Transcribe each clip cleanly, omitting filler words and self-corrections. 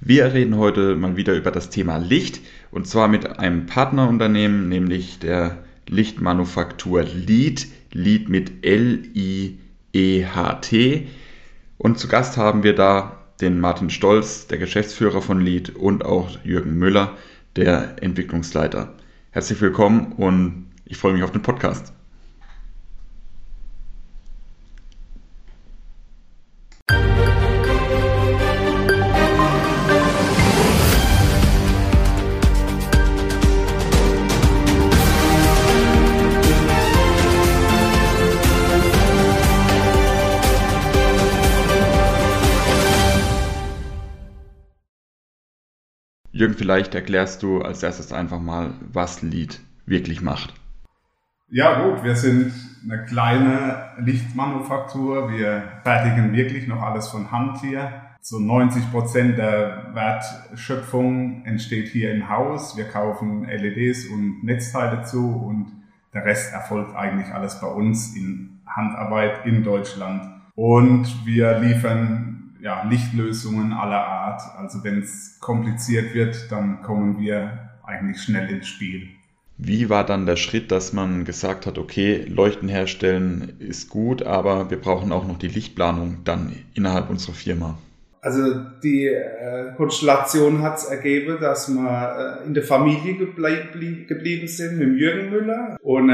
Wir reden heute mal wieder über das Thema Licht und zwar mit einem Partnerunternehmen, nämlich der Lichtmanufaktur LIEHT, LIEHT mit L-I-E-H-T. Und zu Gast haben wir da den Martin Stolz, der Geschäftsführer von LIEHT, und auch Jürgen Müller, der Entwicklungsleiter. Herzlich willkommen und ich freue mich auf den Podcast. Jürgen, vielleicht erklärst du als erstes einfach mal, was LIEHT wirklich macht. Ja gut, wir sind eine kleine Lichtmanufaktur. Wir fertigen wirklich noch alles von Hand hier. So 90% der Wertschöpfung entsteht hier im Haus. Wir kaufen LEDs und Netzteile zu und der Rest erfolgt eigentlich alles bei uns in Handarbeit in Deutschland. Und wir liefern Lichtlösungen aller Art. Also wenn es kompliziert wird, dann kommen wir eigentlich schnell ins Spiel. Wie war dann der Schritt, dass man gesagt hat, okay, Leuchten herstellen ist gut, aber wir brauchen auch noch die Lichtplanung dann innerhalb unserer Firma? Also die Konstellation hat es ergeben, dass wir in der Familie geblieben sind mit dem Jürgen Müller und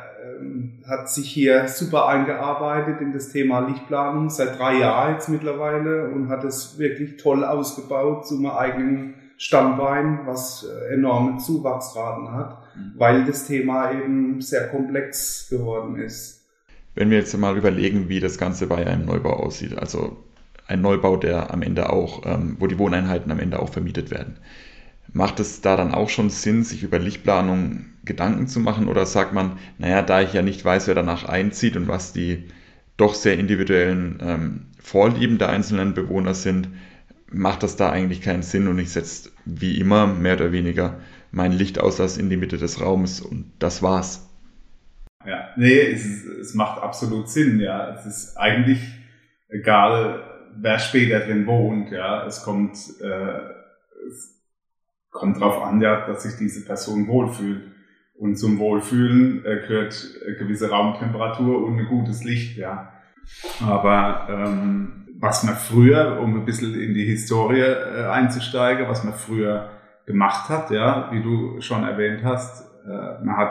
hat sich hier super eingearbeitet in das Thema Lichtplanung seit 3 Jahren jetzt mittlerweile und hat es wirklich toll ausgebaut zu einem eigenen Standbein, was enorme Zuwachsraten hat, weil das Thema eben sehr komplex geworden ist. Wenn wir jetzt mal überlegen, wie das Ganze bei einem Neubau aussieht, also ein Neubau, der am Ende auch, wo die Wohneinheiten am Ende auch vermietet werden. Macht es da dann auch schon Sinn, sich über Lichtplanung Gedanken zu machen, oder sagt man, naja, da ich ja nicht weiß, wer danach einzieht und was die doch sehr individuellen Vorlieben der einzelnen Bewohner sind, macht das da eigentlich keinen Sinn und ich setze wie immer mehr oder weniger mein Lichtauslass in die Mitte des Raumes und das war's. Ja, nee, es macht absolut Sinn, ja. Es ist eigentlich egal, wer später drin wohnt, ja. Es kommt darauf an, ja, dass sich diese Person wohlfühlt. Und zum Wohlfühlen gehört eine gewisse Raumtemperatur und ein gutes Licht, ja. Aber was man früher, um ein bisschen in die Historie einzusteigen, was man früher gemacht hat, ja, wie du schon erwähnt hast, man hat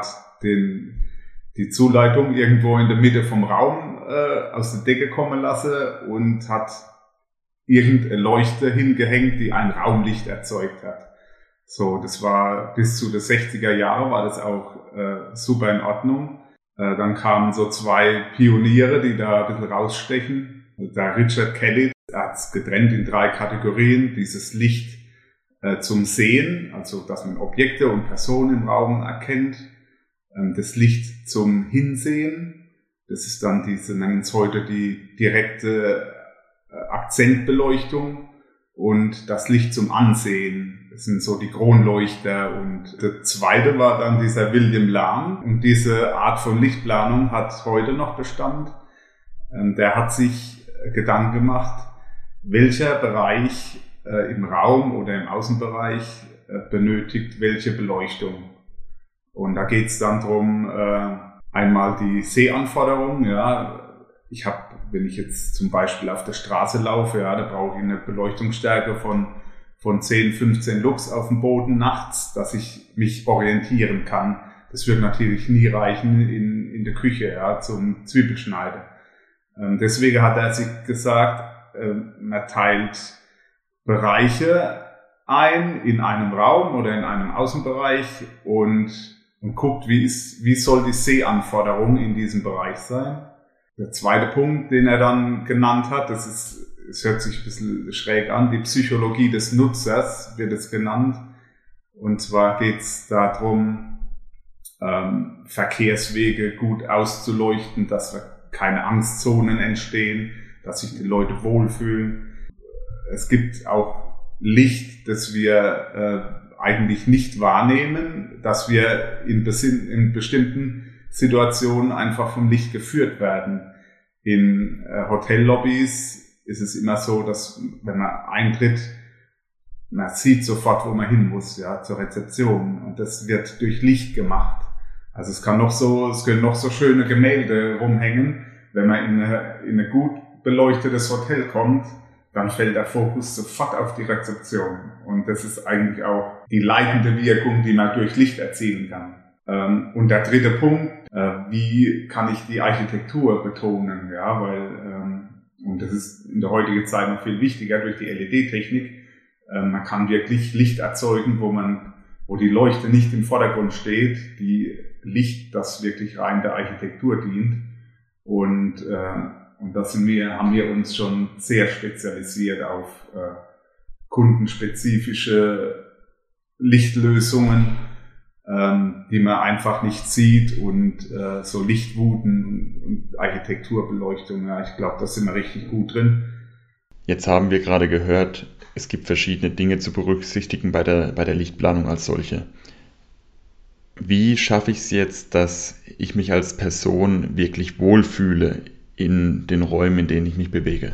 die Zuleitung irgendwo in der Mitte vom Raum aus der Decke kommen lassen und hat irgendeine Leuchte hingehängt, die ein Raumlicht erzeugt hat. So, das war bis zu den 60er Jahren war das auch super in Ordnung. Dann kamen so 2 Pioniere, die da ein bisschen rausstechen. Der Richard Kelly hat es getrennt in 3 Kategorien. Dieses Licht zum Sehen, also dass man Objekte und Personen im Raum erkennt. Das Licht zum Hinsehen, das ist dann nennen es heute die direkte Akzentbeleuchtung. Und das Licht zum Ansehen, das sind so die Kronleuchter. Und der zweite war dann dieser William Lamb. Und diese Art von Lichtplanung hat heute noch Bestand. Der hat sich Gedanken gemacht, welcher Bereich im Raum oder im Außenbereich benötigt welche Beleuchtung. Und da geht es dann darum, einmal die Sehanforderungen, ja. Wenn ich jetzt zum Beispiel auf der Straße laufe, ja, da brauche ich eine Beleuchtungsstärke von 10, 15 Lux auf dem Boden nachts, dass ich mich orientieren kann. Das wird natürlich nie reichen in der Küche, ja, zum Zwiebelschneiden. Deswegen hat er sich gesagt, man teilt Bereiche ein in einem Raum oder in einem Außenbereich und guckt, wie soll die Sehanforderung in diesem Bereich sein. Der zweite Punkt, den er dann genannt hat, es hört sich ein bisschen schräg an, die Psychologie des Nutzers wird es genannt. Und zwar geht es darum, Verkehrswege gut auszuleuchten, dass keine Angstzonen entstehen, dass sich die Leute wohlfühlen. Es gibt auch Licht, das wir eigentlich nicht wahrnehmen, dass wir in bestimmten Situationen einfach vom Licht geführt werden. In Hotellobbys ist es immer so, dass wenn man eintritt, man sieht sofort, wo man hin muss, ja, zur Rezeption. Und das wird durch Licht gemacht. Also es können noch so schöne Gemälde rumhängen. Wenn man in eine gut beleuchtetes Hotel kommt, dann fällt der Fokus sofort auf die Rezeption. Und das ist eigentlich auch die leitende Wirkung, die man durch Licht erzielen kann. Und der dritte Punkt, wie kann ich die Architektur betonen? Ja, und das ist in der heutigen Zeit noch viel wichtiger durch die LED-Technik. Man kann wirklich Licht erzeugen, wo die Leuchte nicht im Vordergrund steht, die Licht, das wirklich rein der Architektur dient. Und das haben wir uns schon sehr spezialisiert auf kundenspezifische Lichtlösungen, die man einfach nicht sieht, und so Lichtwuten und Architekturbeleuchtung. Ja, ich glaube, da sind wir richtig gut drin. Jetzt haben wir gerade gehört, es gibt verschiedene Dinge zu berücksichtigen bei der Lichtplanung als solche. Wie schaffe ich es jetzt, dass ich mich als Person wirklich wohlfühle in den Räumen, in denen ich mich bewege?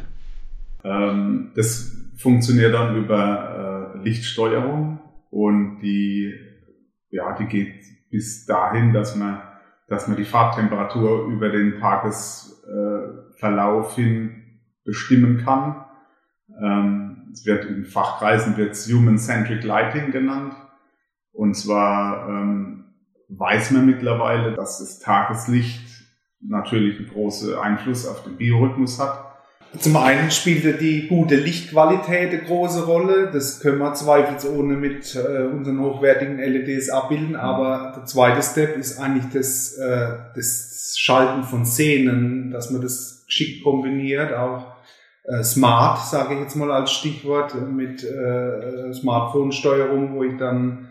Das funktioniert dann über Lichtsteuerung, und die geht bis dahin, dass man die Farbtemperatur über den Tagesverlauf hin bestimmen kann. Es wird in Fachkreisen Human-Centric Lighting genannt. Und zwar weiß man mittlerweile, dass das Tageslicht natürlich einen großen Einfluss auf den Biorhythmus hat. Zum einen spielte die gute Lichtqualität eine große Rolle. Das können wir zweifelsohne mit unseren hochwertigen LEDs abbilden. Aber der zweite Step ist eigentlich das Schalten von Szenen, dass man das geschickt kombiniert, auch smart, sage ich jetzt mal als Stichwort, mit Smartphone-Steuerung, wo ich dann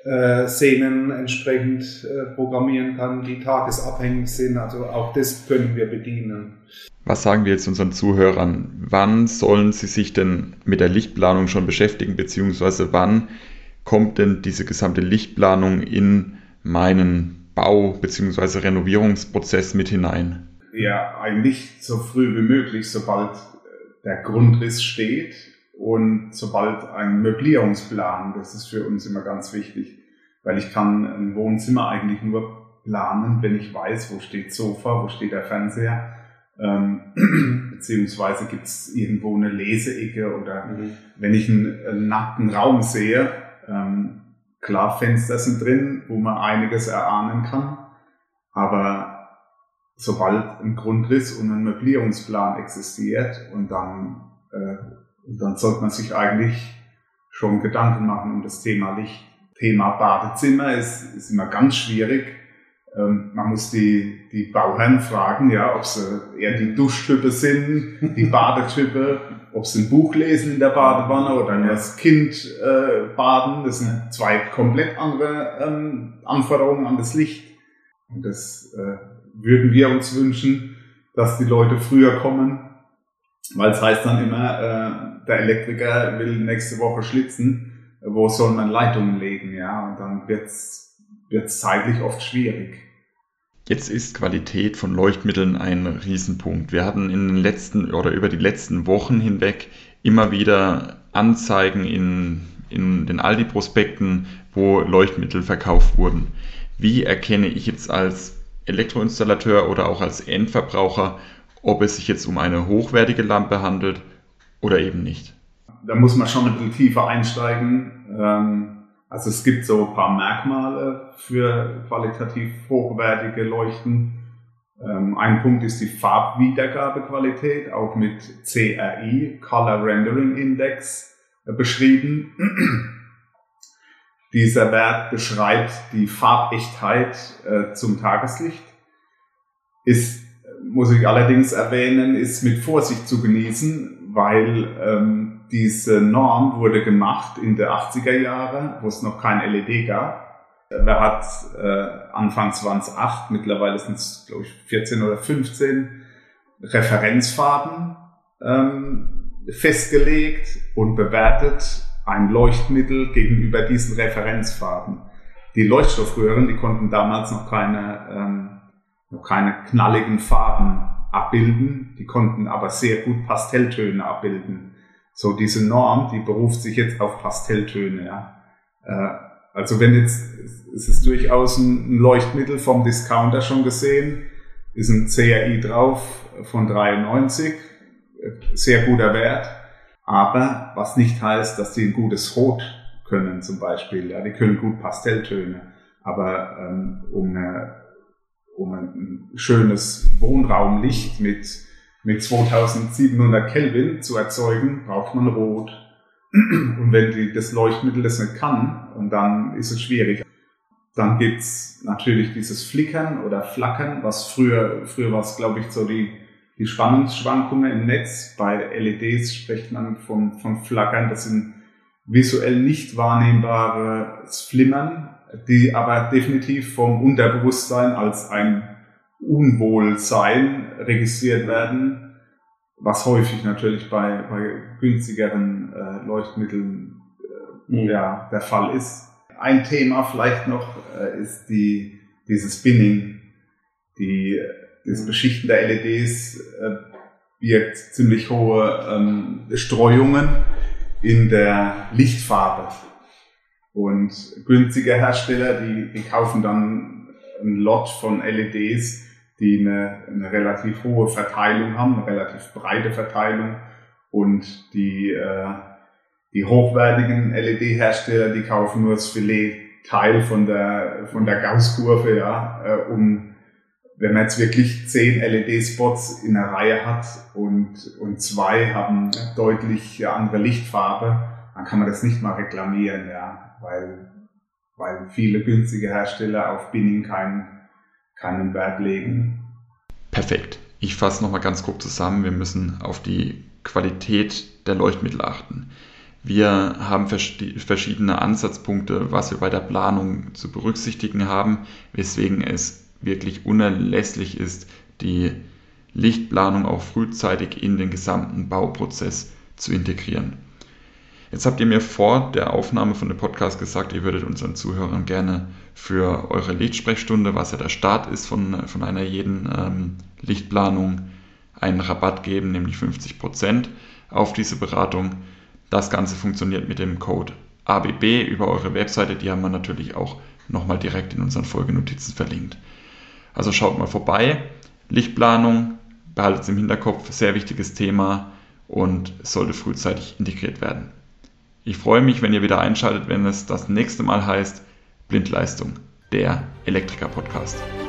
Szenen entsprechend programmieren kann, die tagesabhängig sind. Also auch das können wir bedienen. Was sagen wir jetzt unseren Zuhörern? Wann sollen sie sich denn mit der Lichtplanung schon beschäftigen, beziehungsweise wann kommt denn diese gesamte Lichtplanung in meinen Bau- bzw. Renovierungsprozess mit hinein? Ja, eigentlich so früh wie möglich, sobald der Grundriss steht und sobald ein Möblierungsplan. Das ist für uns immer ganz wichtig, weil ich kann ein Wohnzimmer eigentlich nur planen, wenn ich weiß, wo steht Sofa, wo steht der Fernseher, beziehungsweise gibt es irgendwo eine Leseecke oder wenn ich einen nackten Raum sehe, klar, Fenster sind drin, wo man einiges erahnen kann, aber sobald ein Grundriss und ein Möblierungsplan existiert, und dann sollte man sich eigentlich schon Gedanken machen um das Thema Licht. Thema Badezimmer ist immer ganz schwierig. Man muss die Bauherren fragen, ja, ob sie eher die Duschtypen sind, die Badetypen, ob sie ein Buch lesen in der Badewanne oder nur das Kind baden. Das sind zwei komplett andere Anforderungen an das Licht. Und das würden wir uns wünschen, dass die Leute früher kommen, weil es heißt dann immer, der Elektriker will nächste Woche schlitzen, wo soll man Leitungen legen, ja, und dann wird's zeitlich oft schwierig. Jetzt ist Qualität von Leuchtmitteln ein Riesenpunkt. Wir hatten über die letzten Wochen hinweg immer wieder Anzeigen in den Aldi-Prospekten, wo Leuchtmittel verkauft wurden. Wie erkenne ich jetzt als Elektroinstallateur oder auch als Endverbraucher, ob es sich jetzt um eine hochwertige Lampe handelt oder eben nicht? Da muss man schon ein bisschen tiefer einsteigen. Also es gibt so ein paar Merkmale für qualitativ hochwertige Leuchten. Ein Punkt ist die Farbwiedergabequalität, auch mit CRI, Color Rendering Index, beschrieben. Dieser Wert beschreibt die Farbechtheit zum Tageslicht. Muss ich allerdings erwähnen, ist mit Vorsicht zu genießen, weil diese Norm wurde gemacht in den 80er Jahren, wo es noch kein LED gab. Wer hat Anfang 2008, mittlerweile sind es, glaube ich, 14 oder 15 Referenzfarben festgelegt und bewertet ein Leuchtmittel gegenüber diesen Referenzfarben. Die Leuchtstoffröhren, die konnten damals noch keine knalligen Farben abbilden, die konnten aber sehr gut Pastelltöne abbilden. So diese Norm, die beruft sich jetzt auf Pastelltöne. Ja. Also wenn jetzt, es ist durchaus ein Leuchtmittel vom Discounter schon gesehen, ist ein CRI drauf von 93, sehr guter Wert, aber was nicht heißt, dass die ein gutes Rot können zum Beispiel. Ja, die können gut Pastelltöne, aber um ein schönes Wohnraumlicht mit 2700 Kelvin zu erzeugen, braucht man Rot. Und wenn das Leuchtmittel das nicht kann, und dann ist es schwierig. Dann gibt's natürlich dieses Flickern oder Flackern, was früher war es, glaube ich, so die Spannungsschwankungen im Netz. Bei LEDs spricht man von Flackern. Das sind visuell nicht wahrnehmbares Flimmern, die aber definitiv vom Unterbewusstsein als ein Unwohlsein registriert werden, was häufig natürlich bei günstigeren Leuchtmitteln der Fall ist. Ein Thema vielleicht noch ist dieses Binning. Das Beschichten der LEDs birgt ziemlich hohe Streuungen in der Lichtfarbe. Und günstige Hersteller, die kaufen dann einen Lot von LEDs, die eine relativ hohe Verteilung haben, eine relativ breite Verteilung. Und die hochwertigen LED-Hersteller, die kaufen nur das Filetteil von der Gaußkurve, ja, wenn man jetzt wirklich 10 LED-Spots in der Reihe hat und 2 haben deutlich andere Lichtfarbe, dann kann man das nicht mal reklamieren, ja, weil viele günstige Hersteller auf Binning keinen Wert legen. Perfekt. Ich fasse nochmal ganz kurz zusammen. Wir müssen auf die Qualität der Leuchtmittel achten. Wir haben verschiedene Ansatzpunkte, was wir bei der Planung zu berücksichtigen haben, weswegen es wirklich unerlässlich ist, die Lichtplanung auch frühzeitig in den gesamten Bauprozess zu integrieren. Jetzt habt ihr mir vor der Aufnahme von dem Podcast gesagt, ihr würdet unseren Zuhörern gerne für eure Lichtsprechstunde, was ja der Start ist von einer jeden Lichtplanung, einen Rabatt geben, nämlich 50% auf diese Beratung. Das Ganze funktioniert mit dem Code ABB über eure Webseite, die haben wir natürlich auch nochmal direkt in unseren Folgenotizen verlinkt. Also schaut mal vorbei. Lichtplanung, behaltet es im Hinterkopf, sehr wichtiges Thema und sollte frühzeitig integriert werden. Ich freue mich, wenn ihr wieder einschaltet, wenn es das nächste Mal heißt Blindleistung, der Elektriker-Podcast.